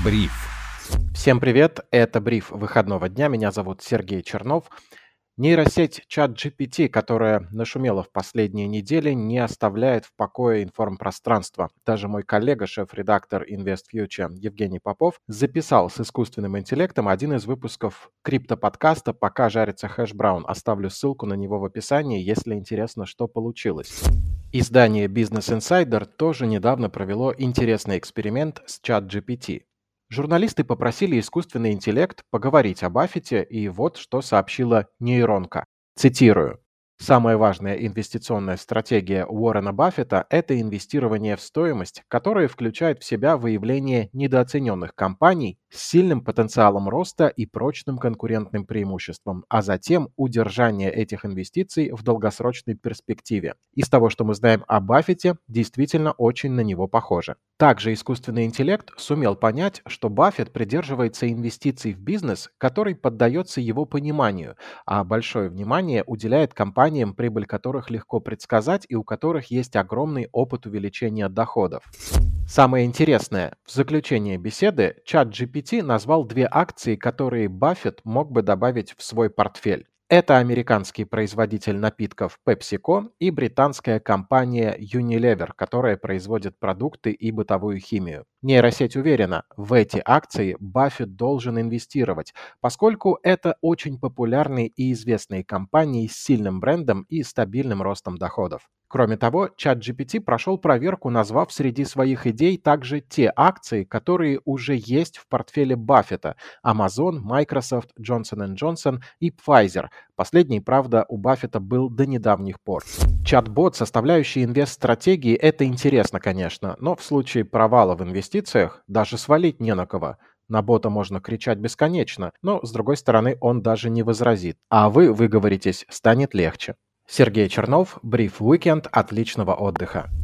Бриф. Всем привет, это бриф выходного дня, меня зовут Сергей Чернов. Нейросеть ChatGPT, которая нашумела в последние недели, не оставляет в покое информпространство. Даже мой коллега, шеф-редактор InvestFuture Евгений Попов, записал с искусственным интеллектом один из выпусков криптоподкаста «Пока жарится хэш-браун». Оставлю ссылку на него в описании, если интересно, что получилось. Издание Business Insider тоже недавно провело интересный эксперимент с ChatGPT. Журналисты попросили искусственный интеллект поговорить о Баффете, и вот что сообщила нейронка. Цитирую. Самая важная инвестиционная стратегия Уоррена Баффета – это инвестирование в стоимость, которая включает в себя выявление недооцененных компаний с сильным потенциалом роста и прочным конкурентным преимуществом, а затем удержание этих инвестиций в долгосрочной перспективе. Из того, что мы знаем о Баффете, действительно очень на него похоже. Также искусственный интеллект сумел понять, что Баффет придерживается инвестиций в бизнес, который поддается его пониманию, а большое внимание уделяет компаниям, прибыль которых легко предсказать и у которых есть огромный опыт увеличения доходов. Самое интересное, в заключение беседы ChatGPT назвал две акции, которые Баффет мог бы добавить в свой портфель. Это американский производитель напитков PepsiCo и британская компания Unilever, которая производит продукты и бытовую химию. Нейросеть уверена, в эти акции Баффет должен инвестировать, поскольку это очень популярные и известные компании с сильным брендом и стабильным ростом доходов. Кроме того, ChatGPT прошел проверку, назвав среди своих идей также те акции, которые уже есть в портфеле Баффета – Amazon, Microsoft, Johnson & Johnson и Pfizer. Последний, правда, у Баффета был до недавних пор. Чат-бот, составляющий инвест-стратегии, это интересно, конечно, но в случае провала в инвестициях даже свалить не на кого. На бота можно кричать бесконечно, но, с другой стороны, он даже не возразит. А вы выговоритесь, станет легче. Сергей Чернов, Бриф Уикенд, отличного отдыха.